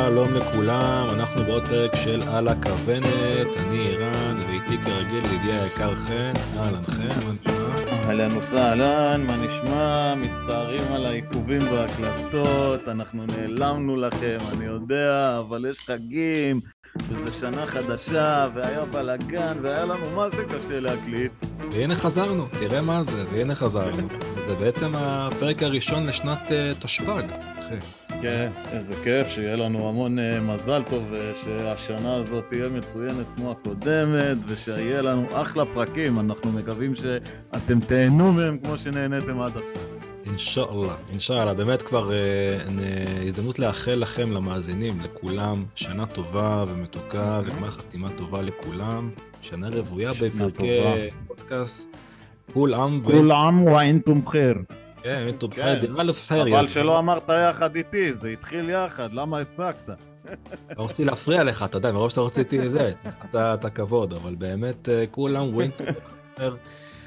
שלום לכולם, אנחנו בעוד פרק של על הכוונת, אני אירן ואיתי כרגיל ידידי היקר חן. אהלן חן, מה נשמע? אהלן וסהלן, מה נשמע? מצטערים על העיכובים בהקלטות, אנחנו נעלמנו לכם, אני יודע, אבל יש חגים, וזה שנה חדשה, והיה בלגן, והיה לנו מה זה קשה להקליט. והנה חזרנו, תראה מה זה, והנה חזרנו. זה בעצם הפרק הראשון לשנת תשפ"ג, אחי. כן, איזה כיף, שיהיה לנו המון מזל טוב, ושהשנה הזאת תהיה מצוינת כמו הקודמת, ושיהיה לנו אחלה פרקים, אנחנו מקווים שאתם תהנו מהם כמו שנהניתם עד עכשיו. אינשאללה, אינשאללה, באמת כבר הזדמנות לאחל לכם, למאזינים, לכולם, שנה טובה ומתוקה, וגמר חתימה טובה לכולם, שנה רוויה שנה טובה. בפרקי פודקאסט, כול עם כול עאם ואנתום בחיר. כן, انتم بخير כן, بألف خير يا חבל زلمة. שלא אמרת יחד איתי, זה התחיל יחד, למה הפסקת? לא רציתי להפריע לך, אתה יודע, מרוב שאתה רציתי זה, את הכבוד, אבל באמת כולם ואינטו בחיר,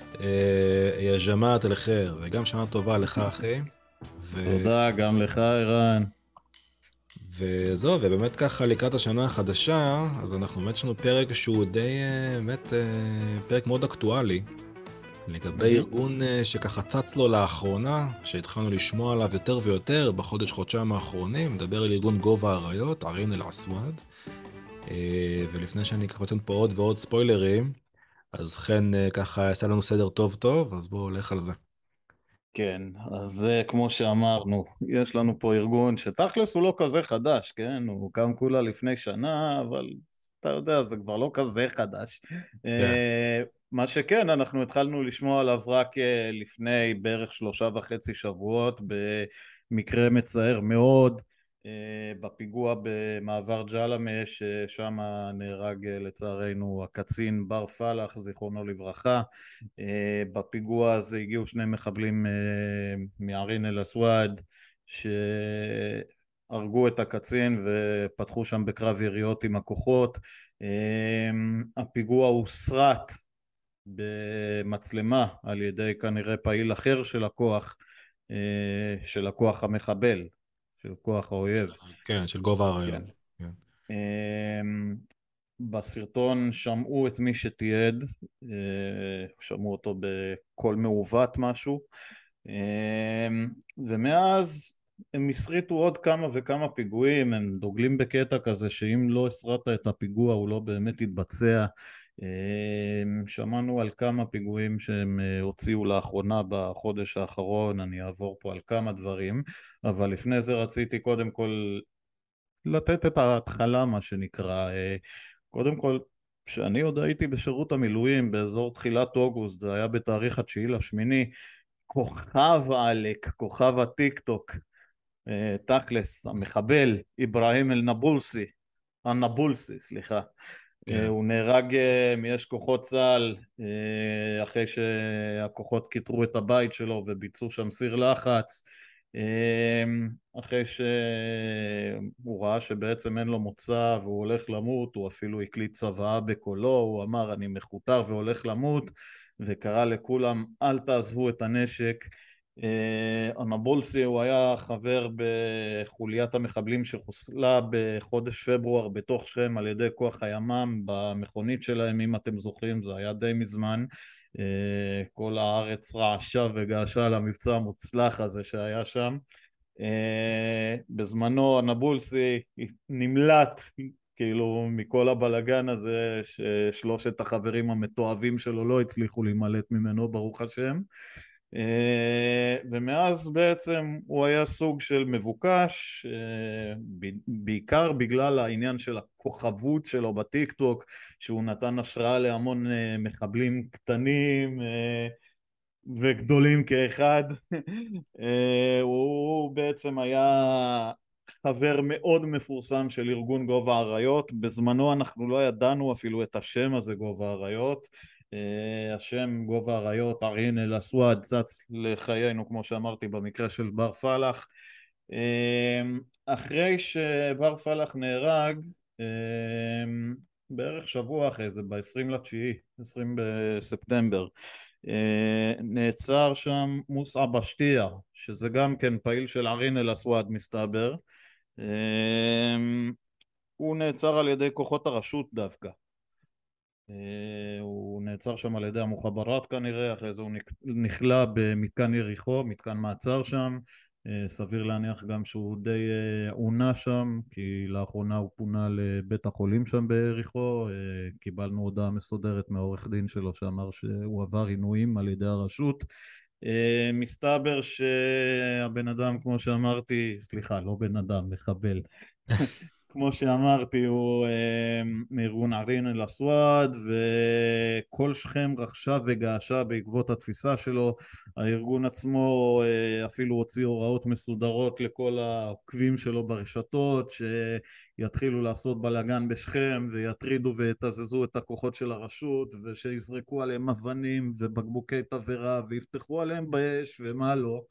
יא ג'מאעת אל-חיר, וגם שנה טובה לך אחי. תודה, גם לך ערן. וזהו, ובאמת ככה לקראת השנה החדשה, אז אנחנו באמת יש לנו פרק שהוא די, באמת, פרק מאוד אקטואלי, לגבי ארגון שככה צץ לו לאחרונה, שהתחלנו לשמוע עליו יותר ויותר בחודש-חודשיים האחרונים, מדבר על ארגון גובה האריות, ערין אל-אסווד, ולפני שאני ככה נותן פה עוד ועוד ספוילרים, אז כן ככה יעשה לנו סדר טוב טוב, אז בואו הולך על זה. כן, אז כמו שאמרנו, יש לנו פה ארגון שתכלס הוא לא כזה חדש, כן? הוא קם כולה לפני שנה, אבל אתה יודע, זה כבר לא כזה חדש. כן. מה שכן, אנחנו התחלנו לשמוע עליו רק לפני בערך 3.5 שבועות, במקרה מצער מאוד, בפיגוע במעבר ג'למה, ששם נהרג לצערנו הקצין בר פלח, זיכרונו לברכה. בפיגוע הזה הגיעו שני מחבלים מערין אל-אסווד שהרגו את הקצין ופתחו שם בקרב יריות עם הכוחות. הפיגוע הוסרט במצלמה על ידי כנראה פעיל אחר של הכוח המחבל, של כוח האויב. כן, של גובה האריות. כן. כן. בסרטון שמעו את מי שתיעד, שמעו אותו בקול מעוות משהו, ומאז הם הסריטו עוד כמה וכמה פיגועים. הם דוגלים בקטע כזה שאם לא הסרט את הפיגוע הוא לא באמת יתבצע. שמענו על כמה פיגועים שהם הוציאו לאחרונה בחודש האחרון, אני אעבור פה על כמה דברים, אבל לפני זה רציתי קודם כל לתת את ההתחלה, מה שנקרא. קודם כל, כשאני עוד הייתי בשירות המילואים באזור תחילת אוגוסט, זה היה בתאריך 9/8, כוכב עלק, כוכב הטיק טוק, תכלס, המחבל אברהים אל-נבולסי, הנבולסי, סליחה, כן. הוא נהרג מאש כוחות צה"ל, אחרי שהכוחות כיתרו את הבית שלו וביצעו שם סיר לחץ, אחרי שהוא ראה שבעצם אין לו מוצא והוא הולך למות. הוא אפילו הקליט צוואה בקולו, הוא אמר אני מכותר והולך למות, וקרא לכולם אל תעזבו את הנשק. הנבולסי הוא היה חבר בחוליית המחבלים שחוסלה בחודש פברואר בתוך שכם על ידי כוח הימ"מ במכונית שלהם, אם אתם זוכרים, זה היה די מזמן. כל הארץ רעשה וגעשה על המבצע המוצלח הזה שהיה שם. בזמנו הנבולסי נמלט כאילו מכל הבלגן הזה, ששלושת החברים המתועבים שלו לא הצליחו להימלט ממנו, ברוך השם. ומאז בעצם הוא היה סוג של מבוקש, בעיקר בגלל העניין של הכוכבות שלו בטיק טוק, שהוא נתן השראה להמון מחבלים קטנים וגדולים כאחד. הוא בעצם היה חבר מאוד מפורסם של ארגון גובה האריות. בזמנו אנחנו לא ידענו אפילו את השם הזה, גובה האריות. השם גובה האריות, ערין אל-אסווד, צץ לחיינו כמו שאמרתי במקרה של בר פלח. אחרי שבר פלח נהרג, בערך שבוע אחרי זה, ב-20 בספטמבר, נעצר שם מוסעב אשתיה, שזה גם כן פעיל של ערין אל-אסווד מסתבר, הוא נעצר על ידי כוחות הרשות דווקא. הוא נעצר שם על ידי המוחבראת כנראה, אחרי זה הוא נכלא במתקן יריחו, מתקן מעצר שם. סביר להניח גם שהוא די עונה שם, כי לאחרונה הוא פונה לבית החולים שם ביריחו. קיבלנו הודעה מסודרת מהעורך דין שלו שאמר שהוא עבר עינויים על ידי הרשות. מסתבר שהבן אדם, כמו שאמרתי, סליחה, לא בן אדם, מחבל, כמו שאמרתי, הוא מארגון ערין אל-אסואד, וכל שכם רכשה וגעשה בעקבות התפיסה שלו. הארגון עצמו אפילו הוציא הוראות מסודרות לכל העוקבים שלו ברשתות, שיתחילו לעשות בלגן בשכם ויטרידו ויתזזו את הכוחות של הרשות, ושיזרקו עליהם אבנים ובקבוקי תבערה ויפתחו עליהם באש ומה לא.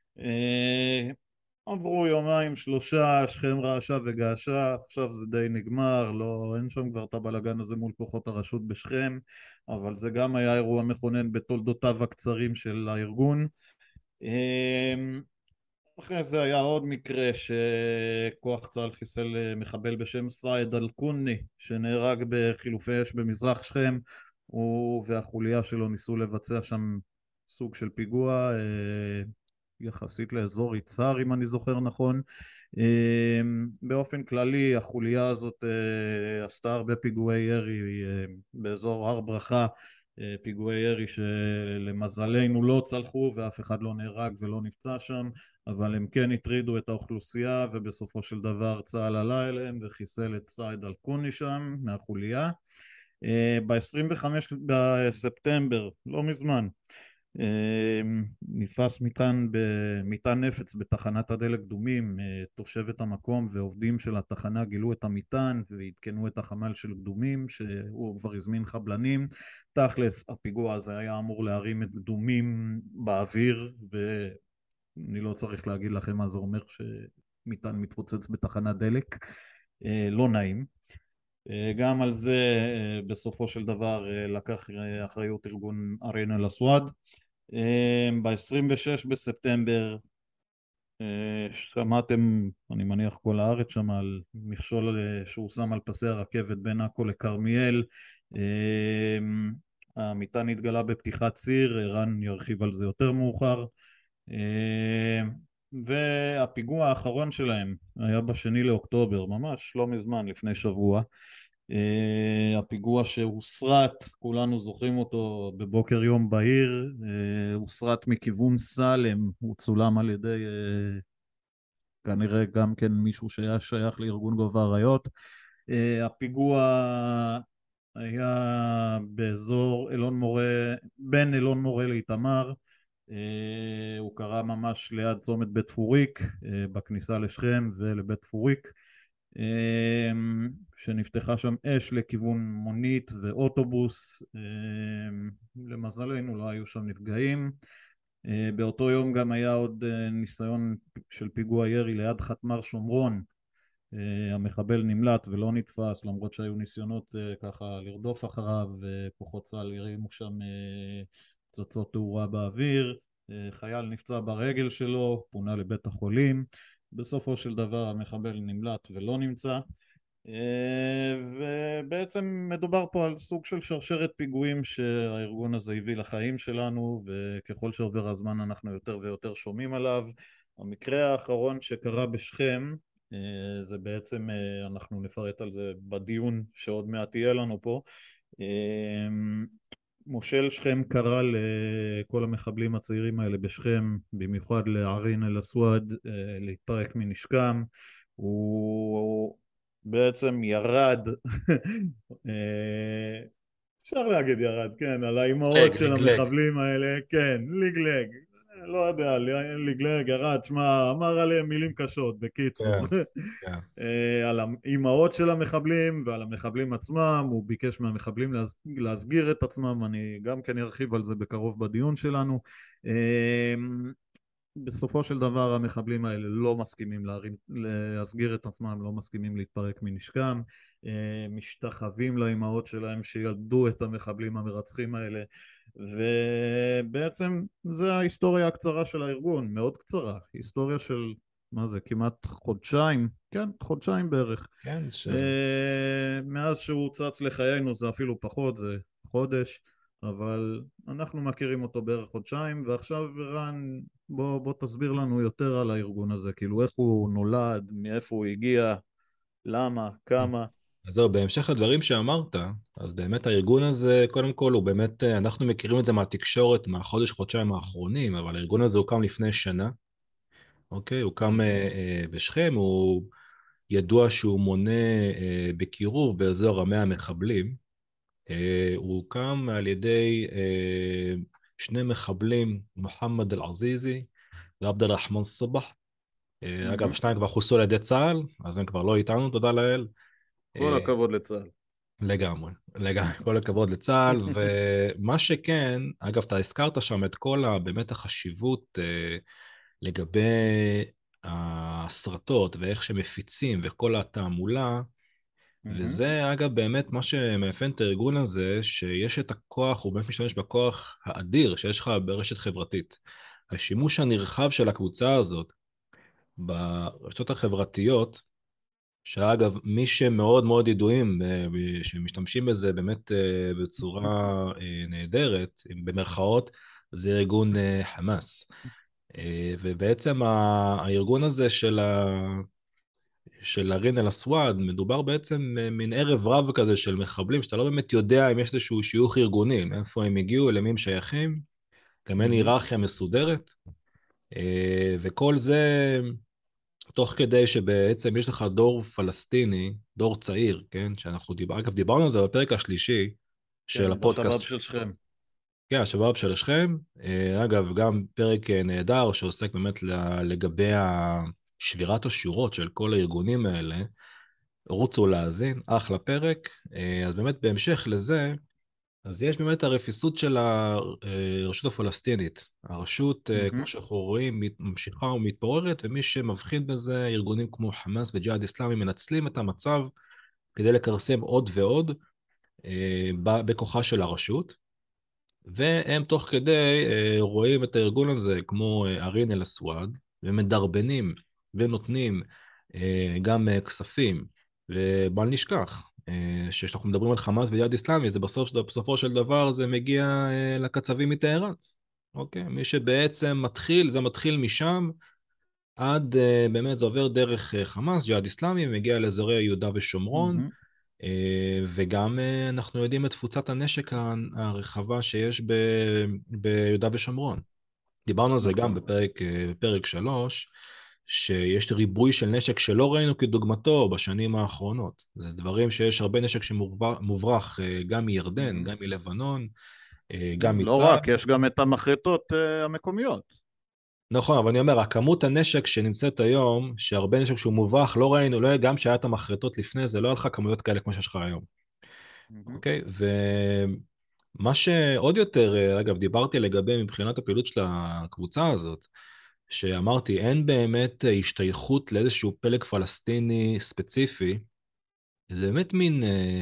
עברו יומיים שלושה, שכם רעשה וגעשה, עכשיו זה די נגמר, לא, אין שם כבר את הבלגן הזה מול כוחות הרשות בשכם, אבל זה גם היה אירוע מכונן בתולדותיו הקצרים של הארגון. אחרי זה היה עוד מקרה שכוח צה"ל חיסל מחבל בשם סעד אל-קוני, שנהרג בחילופי אש במזרח שכם. הוא והחוליה שלו ניסו לבצע שם סוג של פיגוע יחסית לאזור יצהר, אם אני זוכר נכון. באופן כללי החוליה הזאת עשתה הרבה פיגועי ירי באזור הר ברכה, פיגועי ירי שלמזלנו לא צלחו ואף אחד לא נהרג ולא נפצע שם, אבל הם כן הטרידו את האוכלוסייה, ובסופו של דבר צה"ל עלה אליהם וחיסל את סעד אל-קוני שם מהחוליה. ב-25 בספטמבר, לא מזמן, נתפס מטען נפץ בתחנת הדלק קדומים. תושבת המקום ועובדים של התחנה גילו את המטען ועדכנו את החמ"ל של קדומים שהוא כבר הזמין חבלנים. תכלס הפיגוע הזה היה אמור להרים את קדומים באוויר, ואני לא צריך להגיד לכם מה זה אומר שמטען מתפוצץ בתחנת דלק. לא נעים. גם על זה בסופו של דבר לקח אחריות ארגון ערין אל-אסואד. ב-26 בספטמבר שמעתם, אני מניח כל הארץ שם, על מכשול שהוא שם על פסי הרכבת בין עכו לכרמיאל. המטען התגלה בפתיחת ציר, ערן ירחיב על זה יותר מאוחר. והפיגוע האחרון שלהם היה בשני לאוקטובר, ממש לא מזמן, לפני שבוע. הפיגוע שהוסרט, כולנו זוכרים אותו, בבוקר יום בהיר, הוסרט מכיוון סלם, הוא צולם על ידי כנראה גם כן מישהו שהיה שייך לארגון גובה אריות. הפיגוע היה באזור אלון מורה, בין אלון מורה לאיתמר. הוא קרה ממש ליד צומת בית פוריק, בכניסה לשכם ולבית פוריק, שנפתחה שם אש לכיוון מונית ואוטובוס. למזלנו לא היו שם נפגעים. באותו יום גם היה עוד ניסיון של פיגוע ירי ליד חתמר שומרון. המחבל נמלט ולא נתפס, למרות שהיו ניסיונות ככה לרדוף אחריו, וכוחות צה"ל הרימו שם פצצות תאורה באוויר. חייל נפצע ברגל שלו, פונה לבית החולים. בסופו של דבר המחבל נמלט ולא נמצא. ובעצם מדובר פה על סוג של שרשרת פיגועים שהארגון הזה הביא לחיים שלנו, וככל שעובר הזמן אנחנו יותר ויותר שומעים עליו. המקרה האחרון שקרה בשכם, זה בעצם, אנחנו נפרט על זה בדיון שעוד מעט יהיה לנו פה. מושל שכם קרא לכל המחבלים הצעירים האלה בשכם, במיוחד לערין אל-אסואד, להתפרק מנשקם. הוא בעצם ירד, אפשר להגיד ירד, כן, על האימהות של המחבלים האלה, כן, לגלג, לא יודע, לגלג, ירד, שמה, אמר עליהם מילים קשות, בקיצור. על האימהות של המחבלים ועל המחבלים עצמם. הוא ביקש מהמחבלים להסגיר את עצמם, אני גם כן ארחיב על זה בקרוב בדיון שלנו. בסופו של דבר המחבלים האלה לא מסכימים להסגיר את עצמם, לא מסכימים להתפרק מנשקם, משתחווים לאימהות שלהם שילדו את המחבלים המרצחים האלה. ובעצם זה ההיסטוריה הקצרה של הארגון, מאוד קצרה, היסטוריה של מה זה, כמעט חודשיים, כן, חודשיים בערך. כן, מאז שהוא צץ לחיינו זה אפילו פחות, זה חודש, אבל אנחנו מכירים אותו בערך חודשיים, ועכשיו רן, בוא תסביר לנו יותר על הארגון הזה, כאילו איך הוא נולד, מאיפה הוא הגיע, למה, כמה. אז זהו, בהמשך לדברים שאמרת, אז באמת הארגון הזה, קודם כל הוא באמת, אנחנו מכירים את זה מהתקשורת, מהחודש, חודשיים האחרונים, אבל הארגון הזה הוקם לפני שנה, אוקיי? הוא הוקם בשכם, הוא ידוע שהוא מונה בקירוב באזור 100 מחבלים. הוא הוקם על ידי שני מחבלים, מוחמד אל-עזיזי ועבד אל-רחמן סבח. אגב, מהמם. השניים כבר חוסלו על ידי צה"ל, אז הם כבר לא איתנו, תודה לאל. כל אה, הכבוד לצה"ל. לגמרי, לגמרי, כל הכבוד לצה"ל, ומה שכן, אגב, אתה הזכרת שם את כל באמת החשיבות לגבי הסרטות ואיך שמפיצים וכל התעמולה, מהמם. וזה אגב באמת מה שמאפיין את הארגון הזה, שיש את הכוח, הוא באמת משתמש בכוח האדיר שיש לך ברשת חברתית. השימוש הנרחב של הקבוצה הזאת ברשתות החברתיות, שאגב, מי שמאוד מאוד ידועים, שמשתמשים בזה באמת בצורה נהדרת, במרכאות, זה ארגון חמאס. ובעצם הארגון הזה של ארין אל-אסואד, מדובר בעצם מין ערב רב כזה של מחבלים, שאתה לא באמת יודע אם יש איזשהו שיוך ארגוני, מאיפה הם הגיעו, למי הם שייכים, גם אין מהמם. היררכיה מסודרת, וכל זה תוך כדי שבעצם יש לך דור פלסטיני, דור צעיר, כן, אגב, דיברנו על זה בפרק השלישי של כן, הפודקאסט, בשבב של שכם. כן, השבאב של שכם, אגב, גם פרק נהדר שעוסק באמת לגבי שבירת השורות של כל הארגונים האלה, רוצו להאזין, אחלה פרק. אז באמת בהמשך לזה, אז יש באמת הרפיסות של הרשות הפלסטינית. הרשות, כמו מהמם. שאנחנו רואים, ממשיכה ומתפוררת, ומי שמבחין בזה, ארגונים כמו חמאס וג'יהאד איסלאמי מנצלים את המצב כדי לכרסם עוד ועוד בכוחה של הרשות, והם תוך כדי רואים את הארגון הזה כמו ארין אל-אסואד, ומדרבנים ונותנים גם כספים, ובל נשכח שאנחנו מדברים על חמאס וג'יהאד איסלאמי, זה בסופו של דבר זה מגיע לקצבים מטהרן, אוקיי? מי שבעצם מתחיל, זה מתחיל משם, עד באמת זה עובר דרך חמאס, ג'יהאד איסלאמי, מגיע לאזורי יהודה ושומרון, מהמם. וגם אנחנו יודעים את תפוצת הנשק הרחבה שיש ביהודה ושומרון. דיברנו על זה גם נכון. בפרק 3, שיש ריבוי של נשק שלא ראינו כדוגמתו בשנים האחרונות. זה דברים שיש הרבה נשק שמוברח גם מירדן, מהמם. גם מלבנון, גם לא מצה"ל. רק, יש גם את המחרטות המקומיות. נכון, אבל אני אומר, הכמות הנשק שנמצאת היום, שהרבה נשק שהוא מוברח, לא ראינו, לא, גם שהיה את המחרטות לפני זה, לא היה לך כמויות כאלה כמו שיש לך היום. מהמם. אוקיי? ומה שעוד יותר, אגב, דיברתי לגבי מבחינת הפעילות של הקבוצה הזאת, שאמרתי, אין באמת השתייכות לאיזשהו פלג פלסטיני ספציפי, זה באמת מין,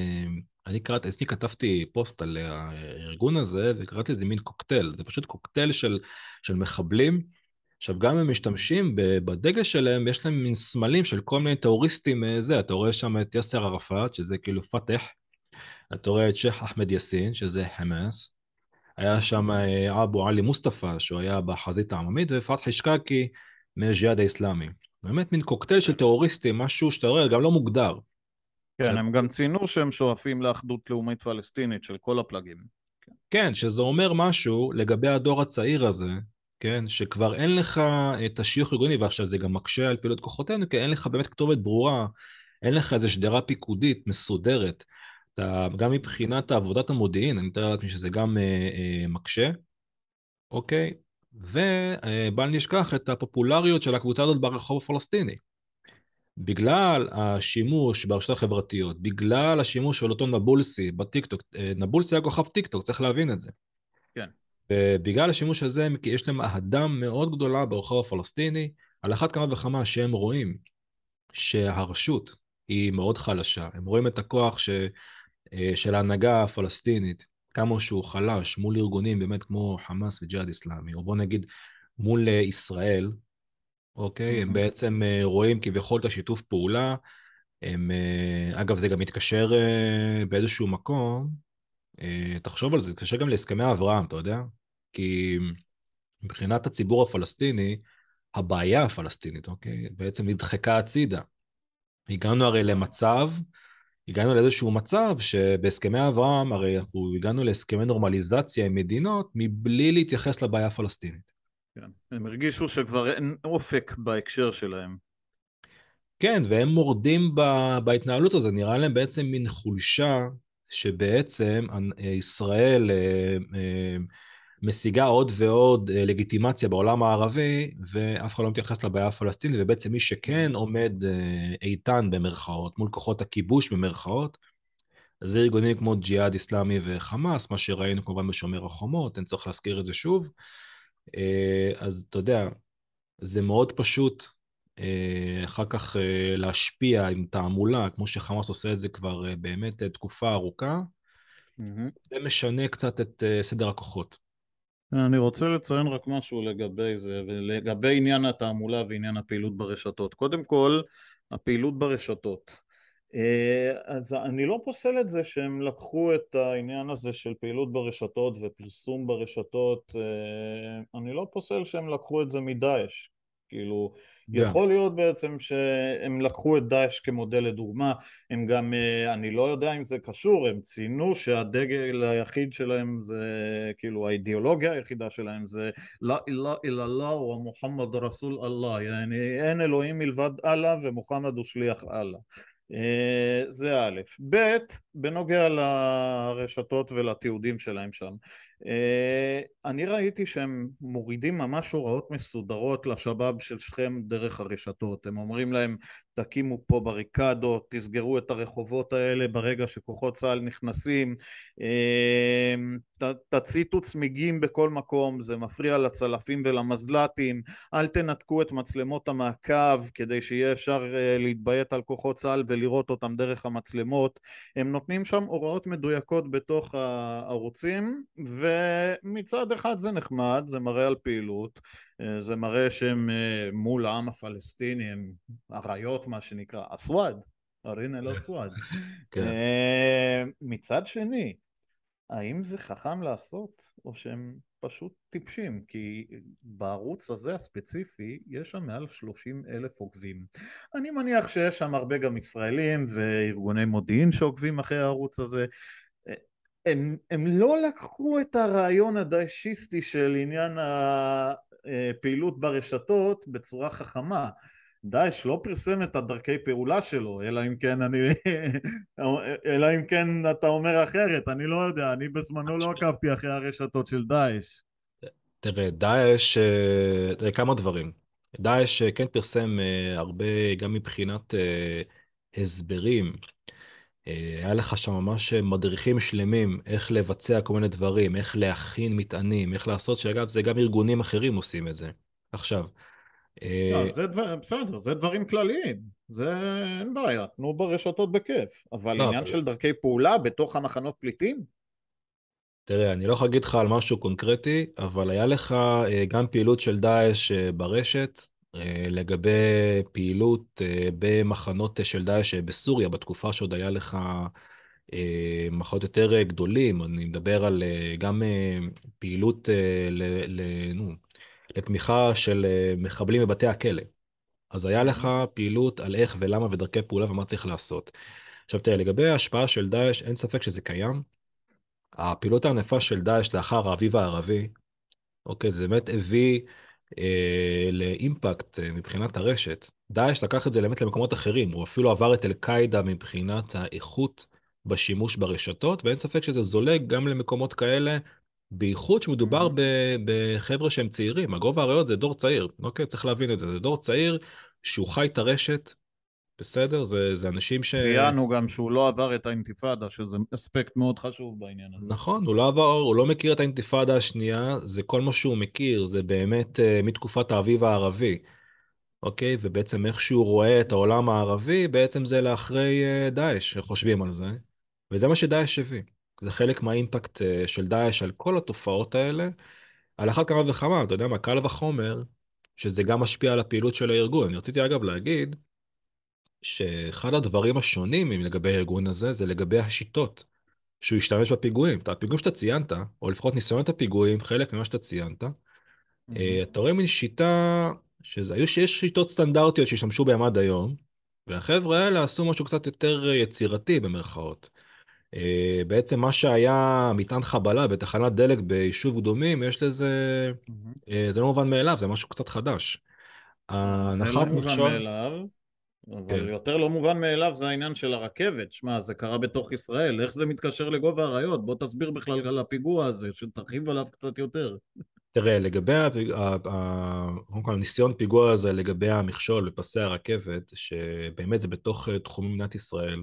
אני כתבתי פוסט על הארגון הזה, וקראתי לזה מין קוקטייל, זה פשוט קוקטייל של מחבלים, עכשיו גם הם משתמשים בדגל שלהם, יש להם מין סמלים של כל מיני טרוריסטים, אתה רואה שם את יאסר ערפאת, שזה כאילו פתח, אתה רואה את שייח' אחמד יאסין, שזה חמאס, היה שם אבו עלי מוסטפא, שהוא היה בחזית העממית, ופתחי שקאקי מהג'יהאד האיסלאמי. באמת מין קוקטייל של טרוריסטים, משהו שאתה רואה, גם לא מוגדר. כן, הם גם ציינו שהם שואפים לאחדות לאומית פלסטינית של כל הפלגים. כן. כן, שזה אומר משהו לגבי הדור הצעיר הזה, כן, שכבר אין לך את השיוך הארגוני, ועכשיו זה גם מקשה על פעילות כוחותינו, כי אין לך באמת כתובת ברורה, אין לך איזו שדרה פיקודית מסודרת. גם מבחינת עבודת המודיעין, אני מתאר לעצמי שזה גם מקשה, אוקיי? ובל נשכח את הפופולריות של הקבוצה הזאת ברחוב הפלסטיני. בגלל השימוש ברשתות החברתיות, בגלל השימוש של אותו נבולסי בטיקטוק, נבולסי היה כוכב טיקטוק, צריך להבין את זה. כן. ובגלל השימוש הזה, כי יש להם אהדה מאוד גדולה ברחוב הפלסטיני, על אחת כמה וכמה שהם רואים שהרשות היא מאוד חלשה. הם רואים את הכוח של ההנהגה הפלסטינית, כמה שהוא חלש מול ארגונים באמת כמו חמאס וג'יהאד איסלאמי, או בוא נגיד מול ישראל, אוקיי? הם מהמם, בעצם רואים כביכול את השיתוף פעולה. הם, אגב, זה גם מתקשר באיזשהו מקום, תחשוב על זה, מתקשר גם להסכמי אברהם, אתה יודע? כי מבחינת הציבור הפלסטיני, הבעיה הפלסטינית, אוקיי? בעצם נדחקה הצידה. הגענו הרי למצב, הגענו לאיזשהו מצב שבהסכמי אברהם, הרי אנחנו הגענו להסכמי נורמליזציה עם מדינות מבלי להתייחס לבעיה הפלסטינית. כן. הם הרגישו שכבר אין אופק בהקשר שלהם. כן, והם מורדים בהתנהלות הזו, נראה להם בעצם מין חולשה שבעצם ישראל משיגה עוד ועוד לגיטימציה בעולם הערבי, ואף אחד לא מתייחס לבעיה הפלסטינית, ובעצם מי שכן עומד איתן במרכאות, מול כוחות הכיבוש במרכאות, זה ארגונים כמו ג'יהאד אסלאמי וחמאס, מה שראינו כמובן בשומר החומות, אין צריך להזכיר את זה שוב. אז אתה יודע, זה מאוד פשוט אחר כך להשפיע עם תעמולה, כמו שחמאס עושה את זה כבר באמת תקופה ארוכה, מהמם. זה משנה קצת את סדר הכוחות. אני רוצה לציין רק משהו לגבי זה, ולגבי עניין התעמולה ועניין הפעילות ברשתות. קודם כל, הפעילות ברשתות. אז אני לא פוסל את זה שהם לקחו את העניין הזה של פעילות ברשתות ופרסום ברשתות, אני לא פוסל שהם לקחו את זה מדאעש. כאילו, גם. יכול להיות בעצם שהם לקחו את דאעש כמודל לדוגמה, הם גם, אני לא יודע אם זה קשור, הם ציינו שהדגל היחיד שלהם זה, כאילו האידיאולוגיה היחידה שלהם זה לא אילה אילה אללה ומוחמד רסול אללה, יעני אין אלוהים מלבד אללה ומוחמד הוא שליח אללה. זה א', ב', בנוגע לרשתות ולתיעודים שלהם שם, אני ראיתי שהם מורידים ממש הוראות מסודרות לשבאב של שכם דרך הרשתות. הם אומרים להם תקימו פה בריקדות, תסגרו את הרחובות האלה ברגע שכוחות צה"ל נכנסים, תציתו צמיגים בכל מקום, זה מפריע לצלפים ולמזל"טים, אל תנתקו את מצלמות המעקב כדי שיהיה אפשר להתביית על כוחות צה"ל ולראות אותם דרך המצלמות. הם נותנים שם הוראות מדויקות בתוך הערוצים, ומצד אחד זה נחמד, זה מראה על פעילות, זה מראה שהם מול העם הפלסטיני, הם אריות מה שנקרא, אסואד, ארין אל אסואד. כן. מצד שני, האם זה חכם לעשות, או שהם פשוט טיפשים? כי בערוץ הזה הספציפי יש שם מעל 30,000 עוקבים. אני מניח שיש שם הרבה גם ישראלים וארגוני מודיעין שעוקבים אחרי הערוץ הזה. הם לא לקחו את הרעיון הדאעשיסטי של עניין הפעילות ברשתות בצורה חכמה. דאעש לא פרסם את הדרכי פעולה שלו, אלא אם כן אלא אם כן אתה אומר אחרת, אני לא יודע, אני בזמנו לא עקבתי אחרי הרשתות של דאעש. תראה, דאעש, תראה כמה דברים. דאעש כן פרסם הרבה, גם מבחינת הסברים. היה לך שם ממש מדריכים שלמים איך לבצע כל מיני דברים, איך להכין מטענים, איך לעשות, שאגב, זה גם ארגונים אחרים עושים את זה. עכשיו, לא, אה, בסדר, זה דברים כלליים, זה אין בעיה, תנו ברשתות בכיף, אבל לא, עניין אבל של דרכי פעולה בתוך המחנות פליטים? תראה, אני לא יכול להגיד לך על משהו קונקרטי, אבל היה לך גם פעילות של דאעש ברשת, לגבי פעילות במחנות של דאעש בסוריה, בתקופה שעוד היה לך מחנות יותר גדולים. אני מדבר על גם פעילות נו, לתמיכה של מחבלים בבתי הכלא. אז היה לך פעילות על איך ולמה ודרכי פעולה ומה צריך לעשות. עכשיו תראה, לגבי ההשפעה של דאעש, אין ספק שזה קיים. הפעילות הענפה של דאעש לאחר האביב הערבי, אוקיי, זה באמת הביא לאימפקט מבחינת הרשת. דאעש לקח את זה באמת למקומות אחרים, הוא אפילו עבר את אל-קאעידה מבחינת האיכות בשימוש ברשתות, ואין ספק שזה זולג גם למקומות כאלה, בייחוד שמדובר בחבר'ה שהם צעירים. הגובה האריות זה דור צעיר, אוקיי, צריך להבין את זה, זה דור צעיר שהוא חי את הרשת, בסדר? זה אנשים ש... ציינו גם שהוא לא עבר את האינתיפאדה, שזה אספקט מאוד חשוב בעניין הזה. נכון, הוא לא עבר, הוא לא מכיר את האינתיפאדה השנייה, זה כל מה שהוא מכיר, זה באמת מתקופת האביב הערבי, אוקיי? ובעצם איך שהוא רואה את העולם הערבי, בעצם זה לאחרי דאעש, שחושבים על זה, וזה מה שדאעש הביא. זה חלק מהאימפקט של דאעש על כל התופעות האלה, על אחת כמה וכמה, אתה יודע מה, קל וחומר, שזה גם משפיע על הפעילות של הארגון. אני רציתי אגב להגיד שאחד הדברים השונים לגבי הארגון הזה זה לגבי השיטות שהוא השתמש בפיגועים. את הפיגועים שאתה ציינת, או לפחות ניסיונות הפיגועים, חלק ממה שאתה ציינת, אתה רואה מין שיטה, שיש שיטות סטנדרטיות שהשתמשו בהם עד היום, והחבר'ה האלה עשו משהו קצת יותר יצירתי במרכאות. בעצם מה שהיה מטען חבלה בתחנת דלק ביישוב קדומים, יש לזה, זה לא מובן מאליו, זה משהו קצת חדש. זה לא הנחת מובן מכשול, מאליו, כן, אבל יותר לא מובן מאליו זה העניין של הרכבת. שמע, זה קרה בתוך ישראל, איך זה מתקשר לגובה האריות? בוא תסביר בכלל על הפיגוע הזה, שתרחיב עליו קצת יותר. תראה, לגבי קודם כל, ניסיון פיגוע הזה לגבי המכשול בפסי הרכבת, שבאמת זה בתוך תחומי מדינת ישראל,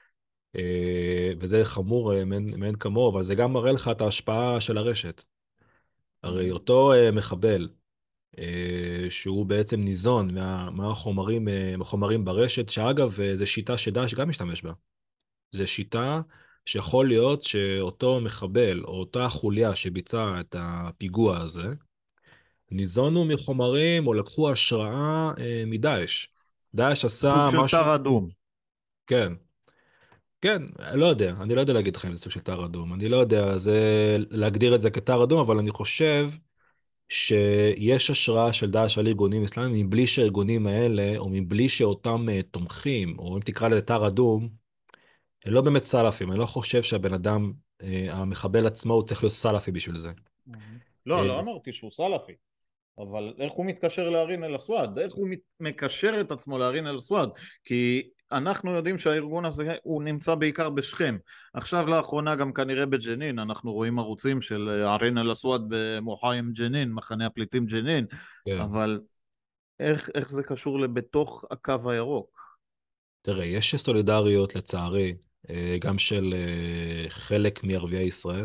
וזה חמור מאין כמוהו, אבל זה גם מראה לך את ההשפעה של הרשת. הרי אותו מחבל, שהוא בעצם ניזון מהחומרים, מהחומרים ברשת, שאגב, זו שיטה שדאעש גם משתמש בה. זו שיטה שיכול להיות שאותו מחבל, או אותה חוליה שביצעה את הפיגוע הזה, ניזונו מחומרים או לקחו השראה מדאעש. דאעש סוג עשה של משהו, תר אדום. כן, כן, לא יודע, אני לא יודע להגיד לך אם זה סוג של תר אדום, אני לא יודע, זה להגדיר את זה כתר אדום, אבל אני חושב שיש השראה של דאעש על ארגונים אסלאמיים מבלי שהארגונים האלה, או מבלי שאותם תומכים, או אם תקרא לזה תר אדום, הם לא באמת סלאפים, אני לא חושב שהבן אדם, המחבל עצמו, הוא צריך להיות סלאפי בשביל זה. לא, אה, לא אמרתי שהוא סלאפי. אבל איך הוא מתקשר לארין אל-אסואד? איך הוא מקשר את עצמו לארין אל-אסואד? כי אנחנו יודעים שהארגון הזה הוא נמצא בעיקר בשכם. עכשיו לאחרונה גם כנראה בג'נין, אנחנו רואים ערוצים של ארין אל-אסואד במוחאיים ג'נין, מחנה הפליטים ג'נין, כן. אבל איך זה קשור לבתוך הקו הירוק? תראה, יש סולידריות לצערי, גם של חלק מערביי ישראל,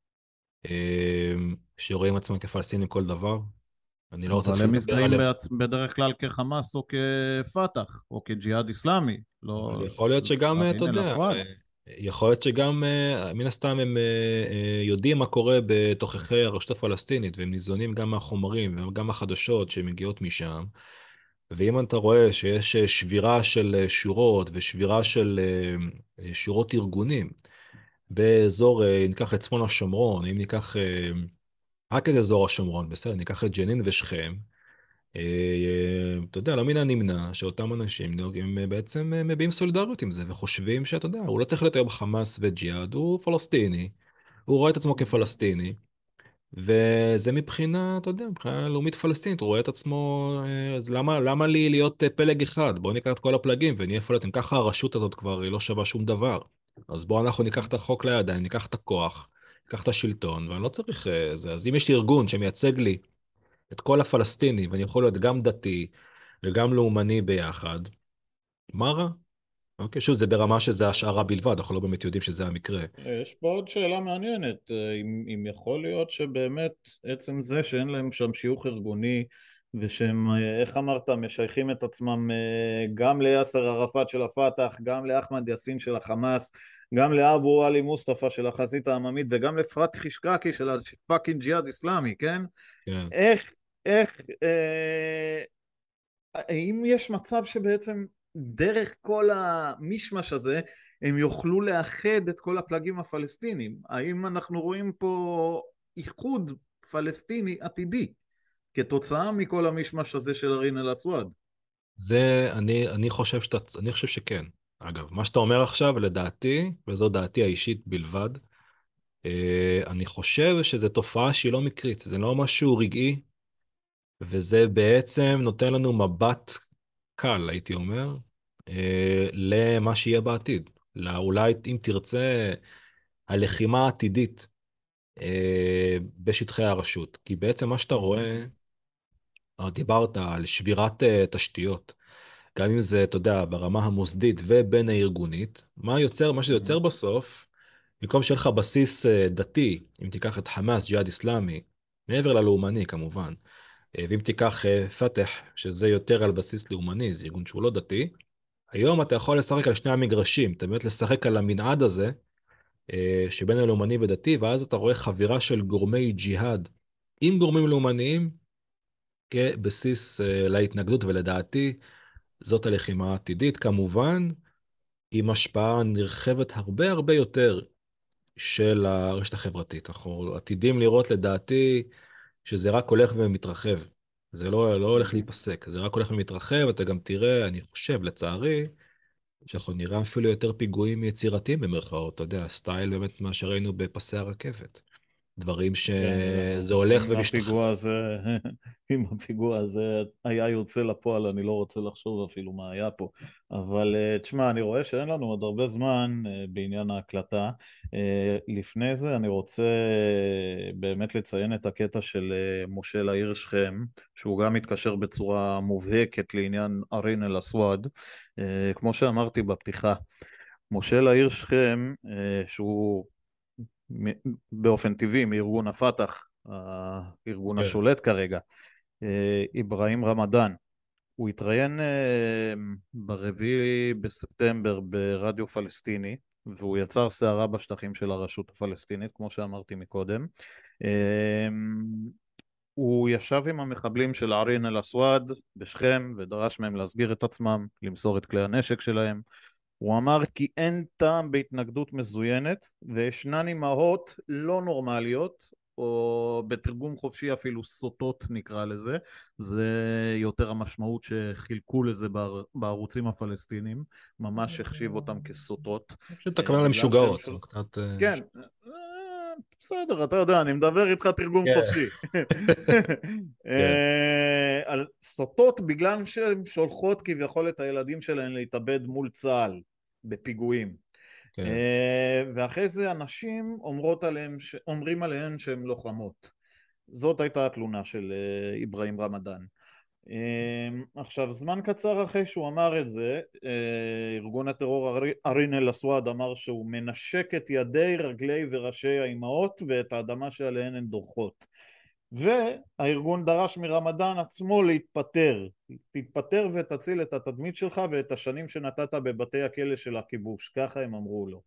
שרואים עצמם כפלסטינים כל דבר. אני לא רוצה אבל להתחיל הם לדבר מזדהים עליהם, בדרך כלל כחמאס או כפתח או כג'יהאד איסלאמי, אבל לא יכול להיות שגם, אתה ארין יודע, אל-אסואד. יכול להיות שגם, מן הסתם הם יודעים מה קורה בתוככי הרשות הפלסטינית, והם ניזונים גם מהחומרים וגם מהחדשות שמגיעות משם. ואם אתה רואה שיש שבירה של שורות ושבירה של שורות ארגונים באזור, ניקח את צפון השומרון, אם ניקח רק את אזור השומרון, בסדר, ניקח את ג'נין ושכם, אתה יודע, לא מן הנמנע שאותם אנשים הם בעצם מביעים סולידריות עם זה, וחושבים שאתה יודע, הוא לא צריך להיות היום חמאס וג'יהאד, הוא פלסטיני, הוא רואה את עצמו כפלסטיני, וזה מבחינה, אתה יודע, מבחינה לאומית פלסטינית, הוא רואה את עצמו, אז למה לי להיות פלג אחד? בואו ניקח את כל הפלגים ונהיה פלסטינים. ככה הרשות הזאת כבר היא לא שווה שום דבר. אז בואו אנחנו ניקח את החוק לידיים, ניקח את הכוח, ניקח את השלטון, ואני לא צריך זה. אז אם יש לי ארגון שמייצג לי את כל הפלסטינים, ואני יכול להיות גם דתי וגם לאומני ביחד, מה רע? אוקיי, שוב, זה ברמה שזה השערה בלבד, אנחנו לא באמת יודעים שזה המקרה. יש פה עוד שאלה מעניינת, אם יכול להיות שבאמת עצם זה שאין להם שם שיוך ארגוני ושהם, איך אמרת, משייכים את עצמם גם ליאסר ערפאת של הפתח, גם לאחמד יאסין של החמאס, גם לאבו עלי מוסטפא של החזית העממית וגם לפרט חישקקי של הפאקינג ג'יהאד איסלאמי, כן? כן. איך, איך, האם יש מצב שבעצם דרך כל המישמש הזה הם יוכלו לאחד את כל הפלגים הפלסטינים? האם אנחנו רואים פה איחוד פלסטיני עתידי כתוצאה מכל המישמש הזה של ארין אל-אסואד? אני חושב שכן. אגב, מה שאתה אומר עכשיו, לדעתי, וזו דעתי האישית בלבד, אני חושב שזו תופעה שהיא לא מקרית, זה לא משהו רגעי, וזה בעצם נותן לנו מבט קל, הייתי אומר, למה שיהיה בעתיד. אולי, אם תרצה, הלחימה העתידית בשטחי הרשות. כי בעצם מה שאתה רואה, דיברת על שבירת תשתיות. גם אם זה, אתה יודע, ברמה המוסדית ובין הארגונית, מה שזה יוצר בסוף, במקום שיהיה לך בסיס דתי, אם תיקח את חמאס, ג'יהאד איסלאמי, מעבר ללאומני כמובן, ואם תיקח פתח, שזה יותר על בסיס לאומני, זה ארגון שהוא לא דתי, היום אתה יכול לשחק על שני המגרשים, אתה באמת לשחק על המנעד הזה, שבין הלאומני ודתי, ואז אתה רואה חבירה של גורמי ג'יהאד עם גורמים לאומניים, כבסיס להתנגדות, ולדעתי זאת הלחימה העתידית, כמובן עם השפעה נרחבת הרבה הרבה יותר של הרשת החברתית. אנחנו עתידים לראות לדעתי שזה רק הולך ומתרחב. זה לא הולך מהמם. להיפסק, זה רק הולך ומתרחב, אתה גם תראה, אני חושב, לצערי, שאנחנו נראה אפילו יותר פיגועים יצירתיים במרכאות, אתה יודע, סטייל באמת מה שראינו בפסי הרכבת. דברים כן, שזה הולך אם הפיגוע ומשתכלל. הזה, אם הפיגוע הזה היה יוצא לפועל, אני לא רוצה לחשוב אפילו מה היה פה. אבל תשמע, אני רואה שאין לנו עוד הרבה זמן בעניין ההקלטה. לפני זה אני רוצה באמת לציין את הקטע של משה לעיר שכם, שהוא גם מתקשר בצורה מובהקת לעניין ארין אל-אסואד. כמו שאמרתי בפתיחה, משה לעיר שכם, שהוא באופן טבעי מארגון הפת"ח, הארגון כן, השולט כרגע, אברהים רמדאן. הוא התראיין ברביעי בספטמבר ברדיו פלסטיני, והוא יצר סערה בשטחים של הרשות הפלסטינית, כמו שאמרתי מקודם. הוא ישב עם המחבלים של ערין אל-אסואד בשכם ודרש מהם להסגיר את עצמם, למסור את כלי הנשק שלהם. הוא אמר כי אין טעם בהתנגדות מזוינת וישנן אימהות לא נורמליות, או בתרגום חופשי אפילו סוטות נקרא לזה, זה יותר המשמעות שחילקו לזה בערוצים הפלסטינים, ממש החשיב אותם כסוטות, פשוט הכוונה בגלל שהם למשוגעות, קצת... כן, בסדר, אתה יודע, אני מדבר איתך תרגום כן, חופשי. כן, על סוטות בגלל שהן שולחות כביכול את הילדים שלהן להתאבד מול צה"ל בפיגועים. כן. ואחרי זה אנשים אומרים עליהן שהן לוחמות. זאת הייתה התלונה של אברהים רמדאן. עכשיו, זמן קצר אחרי שהוא אמר את זה, ארגון הטרור ארין אל-אסואד אמר שהוא מנשק את ידי, רגלי וראשי האימהות ואת האדמה שעליהן הן דורכות. והארגון דרש מרמדאן עצמו להתפטר. תתפטר ותציל את התדמית שלך ואת השנים שנתת בבתי הכלא של הכיבוש, ככה הם אמרו לו.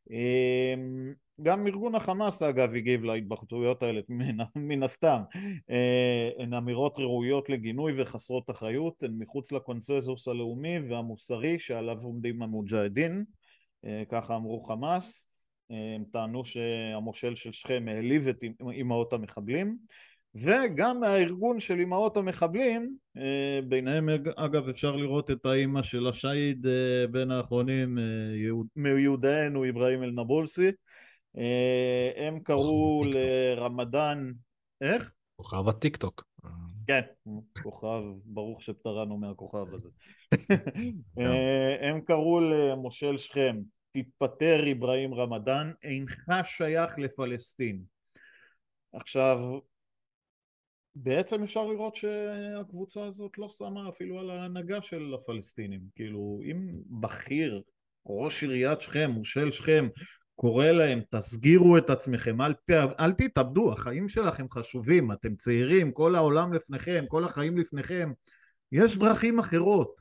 גם ארגון החמאס אגב הגיב להתבטאויות האלה מן הסתם. הן אמירות ראויות לגינוי וחסרות אחריות, הן מחוץ לקונסנזוס הלאומי והמוסרי שעליו עומדים המוג'אהדין, ככה אמרו חמאס. הם טענו שהמושל של שכם העליב את אמהות המחבלים, וגם מהארגון של אמהות המחבלים, ביניהם אגב אפשר לראות את האמא של השהיד בין האחרונים מיהודינו אברהים אל-נבולסי. הם כוכב קראו הטיקטוק. לרמדאן, איך? כוכב הטיקטוק. כן, כוכב, ברוך שפטרנו מהכוכב הזה. כן. הם קראו למושל שכם, תתפטר אברהים רמדאן, אינך שייך לפלסטין. עכשיו, בעצם אפשר לראות שהקבוצה הזאת לא שמה אפילו על ההנהגה של הפלסטינים. כאילו, אם בכיר, ראש עיריית שכם, מושל שכם, קורא להם, תסגירו את עצמכם, אל תתאבדו, החיים שלכם חשובים, אתם צעירים, כל העולם לפניכם, כל החיים לפניכם, יש דרכים אחרות.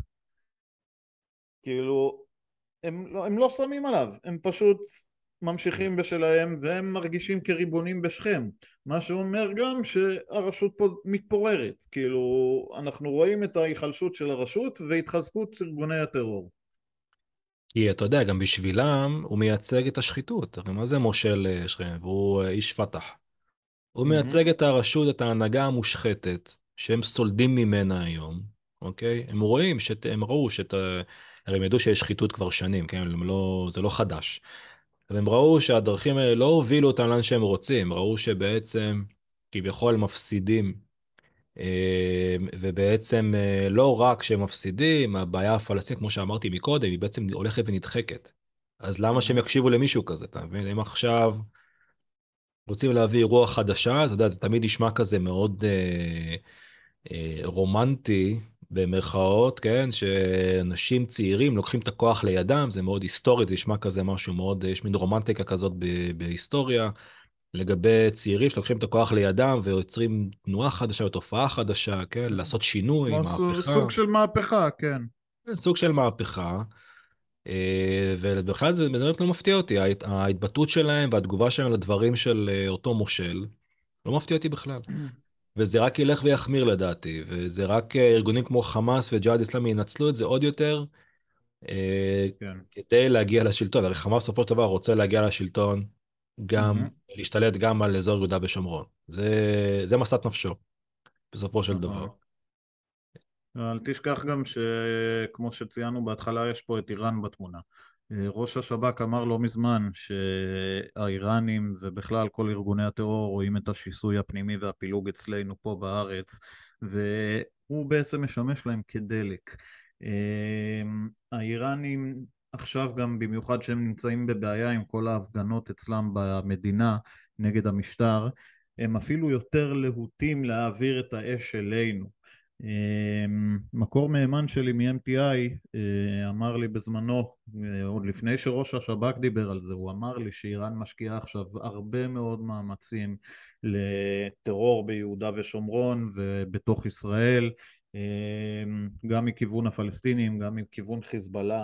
כאילו, הם לא שמים עליו, הם פשוט ממשיכים בשלהם והם מרגישים כריבונים בשכם, מה שאומר גם שהרשות פה מתפוררת. כאילו, אנחנו רואים את ההיחלשות של הרשות והתחזקות ארגוני הטרור. כי אתה יודע, גם בשבילם הוא מייצג את השחיתות. הרי מה זה מושל שכם? והוא איש פת"ח. הוא מהמם, מייצג את הרשות, את ההנהגה המושחתת, שהם סולדים ממנה היום, אוקיי? הם רואים, הם ראו הרי הם ידעו שיש שחיתות כבר שנים, כן? זה לא חדש. והם ראו שהדרכים האלה לא הובילו אותם לאן שהם רוצים, ראו שבעצם כביכול מפסידים, ובעצם לא רק שהם מפסידים, הבעיה הפלסטינית, כמו שאמרתי מקודם, היא בעצם הולכת ונדחקת. אז למה שהם מהמם, יקשיבו למישהו כזה, אתה מבין? הם עכשיו רוצים להביא רוח חדשה, אתה יודע, זה תמיד נשמע כזה מאוד רומנטי, במרכאות, כן? שאנשים צעירים לוקחים את הכוח לידם, זה מאוד היסטורי, זה נשמע כזה משהו מאוד, יש מין רומנטיקה כזאת בהיסטוריה, לגבי צעירים שלוקחים את הכוח לידם ויוצרים תנועה חדשה ותופעה חדשה, כן? מהמם. לעשות שינוי, כמו מהפכה, סוג של מהפכה, כן. כן, סוג של מהפכה. ובכלל זה באמת לא מפתיע אותי, ההתבטאות שלהם והתגובה שלהם לדברים של אותו מושל, לא מפתיע אותי בכלל. וזה רק ילך ויחמיר לדעתי, וזה רק ארגונים כמו חמאס וג'יהאד איסלאמי ינצלו את זה עוד יותר, כן. כדי להגיע לשלטון. הרי חמאס בסופו של דבר רוצה להגיע לשלטון, גם מהמם. להשתלט גם על אזור יהודה ושומרון. זה משאת נפשו, בסופו של דבר. נכון. אל תשכח גם שכמו שציינו בהתחלה יש פה את איראן בתמונה. ראש השב"כ אמר לא מזמן שהאיראנים ובכלל כל ארגוני הטרור רואים את השיסוי הפנימי והפילוג אצלנו פה בארץ, והוא בעצם משמש להם כדלק. האיראנים עכשיו גם במיוחד שהם נמצאים בבעיה עם כל ההפגנות אצלם במדינה נגד המשטר, הם אפילו יותר להוטים להעביר את האש אלינו. מקור מהימן שלי מ-MTI אמר לי בזמנו, עוד לפני שראש השב"כ דיבר על זה, הוא אמר לי שאיראן משקיעה עכשיו הרבה מאוד מאמצים לטרור ביהודה ושומרון ובתוך ישראל, גם מכיוון הפלסטינים, גם מכיוון חיזבאללה,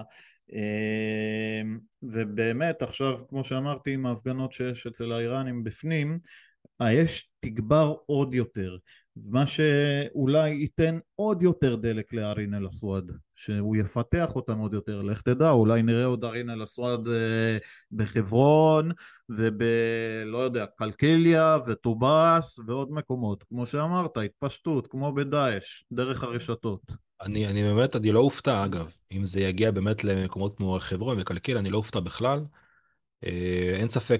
ובאמת עכשיו כמו שאמרתי עם ההפגנות שיש אצל האיראנים בפנים, האש תגבר עוד יותר, מה שאולי ייתן עוד יותר דלק לערין אל-אסווד, שהוא יפתח אותם עוד יותר. לך תדע, אולי נראה עוד ערין אל-אסווד בחברון לא יודע, קלקיליה וטובאס ועוד מקומות, כמו שאמרת, התפשטות כמו בדאעש דרך הרשתות. אני באמת, אני לא אופתע אגב, אם זה יגיע באמת למקומות כמו חברון וקלקיליה, אני לא אופתע בכלל. אין ספק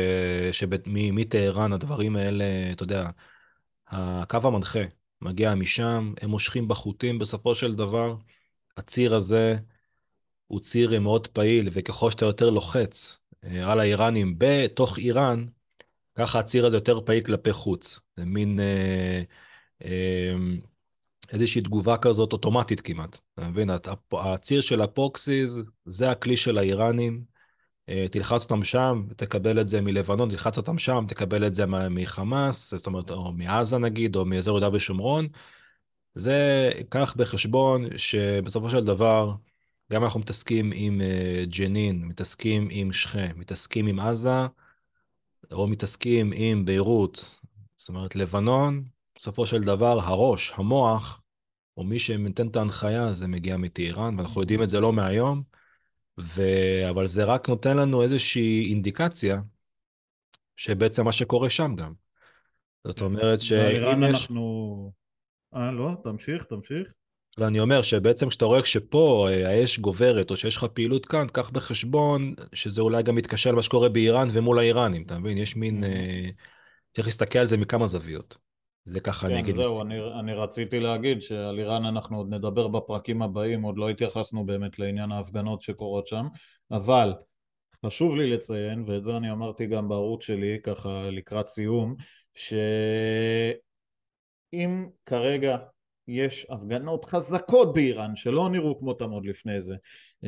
שמטהרן הדברים האלה, אתה יודע, הקו המנחה מגיע משם, הם מושכים בחוטים בסופו של דבר. הציר הזה הוא ציר מאוד פעיל, וככל שאתה יותר לוחץ על האיראנים בתוך איראן, ככה הציר הזה יותר פעיל כלפי חוץ. זה מין אה, איזושהי תגובה כזאת אוטומטית כמעט. אתה מבין? הציר של הפוקסיס זה הכלי של האיראנים. תלחץ אותם שם, תקבל את זה מלבנון, תלחץ אותם שם, תקבל את זה מחמאס, זאת אומרת, או מעזה נגיד, או מאזור יהודה ושומרון. זה קח בחשבון שבסופו של דבר, גם אנחנו מתעסקים עם ג'נין, מתעסקים עם שכם, מתעסקים עם עזה, או מתעסקים עם ביירות, זאת אומרת, לבנון, בסופו של דבר, הראש, המוח, או מי שנותן את ההנחיה, זה מגיע מטהרן, ואנחנו יודעים את זה לא מהיום. אבל זה רק נותן לנו איזושהי אינדיקציה שבעצם מה שקורה שם גם. זאת כן. אומרת ועל שאם איראן יש, אנחנו... לא, תמשיך, תמשיך. ואני אומר שבעצם כשאתה רואה שפה האש גוברת או שיש לך פעילות כאן, קח בחשבון שזה אולי גם מתקשר למה שקורה באיראן ומול האיראנים, אתה מבין? יש מין, צריך להסתכל על זה מכמה זוויות. זה ככה אני כן, אגיד זהו, לסיום. אני רציתי להגיד שעל איראן אנחנו עוד נדבר בפרקים הבאים, עוד לא התייחסנו באמת לעניין ההפגנות שקורות שם, אבל חשוב לי לציין, ואת זה אני אמרתי גם בערוץ שלי, ככה לקראת סיום, שאם כרגע יש הפגנות חזקות באיראן שלא נראו כמותם עוד לפני זה,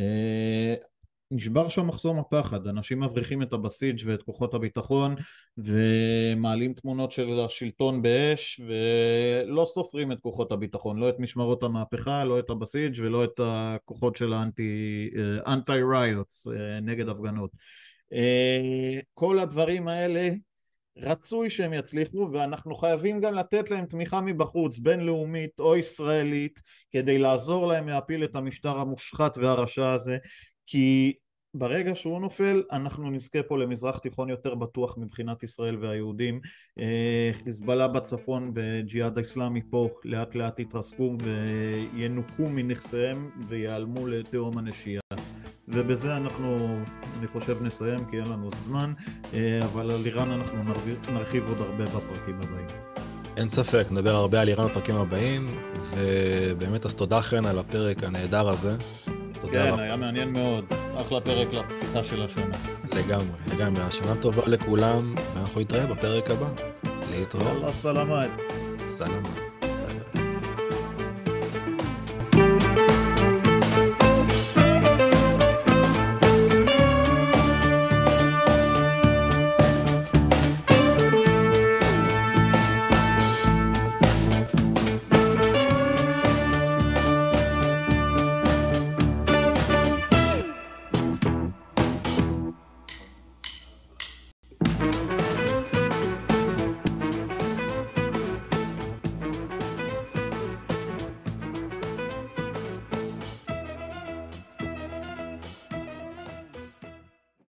נשבר שם מחסום הפחד, אנשים מבריחים את הבסיג' ואת כוחות הביטחון ומעלים תמונות של השלטון באש ולא סופרים את כוחות הביטחון, לא את משמרות המהפכה, לא את הבסיג' ולא את הכוחות של האנטי ריוטס נגד הפגנות. כל הדברים האלה רצוי שהם יצליחו, ואנחנו חייבים גם לתת להם תמיכה מבחוץ, בינלאומית או ישראלית, כדי לעזור להם להפיל את המשטר המושחת והרשע הזה, כי ברגע שהוא נופל אנחנו נזכה פה למזרח תיכון יותר בטוח מבחינת ישראל והיהודים. חיזבאללה בצפון וג'יהאד האסלאמי פה לאט לאט יתרסקו וינוקו מנכסיהם ויעלמו לתהום הנשייה, ובזה אני חושב נסיים כי אין לנו זמן, אבל על איראן אנחנו נרחיב עוד הרבה בפרקים הבאים. אין ספק, נדבר הרבה על איראן בפרקים הבאים, ובאמת אז תודה חן על הפרק הנהדר הזה. כן, היה מעניין מאוד, אחלה פרק לפתיחה של השנה. לגמרי, לגמרי, השנה טובה לכולם, ואנחנו נתראה בפרק הבא. להתראות. יאללה, סלמת. סלאם.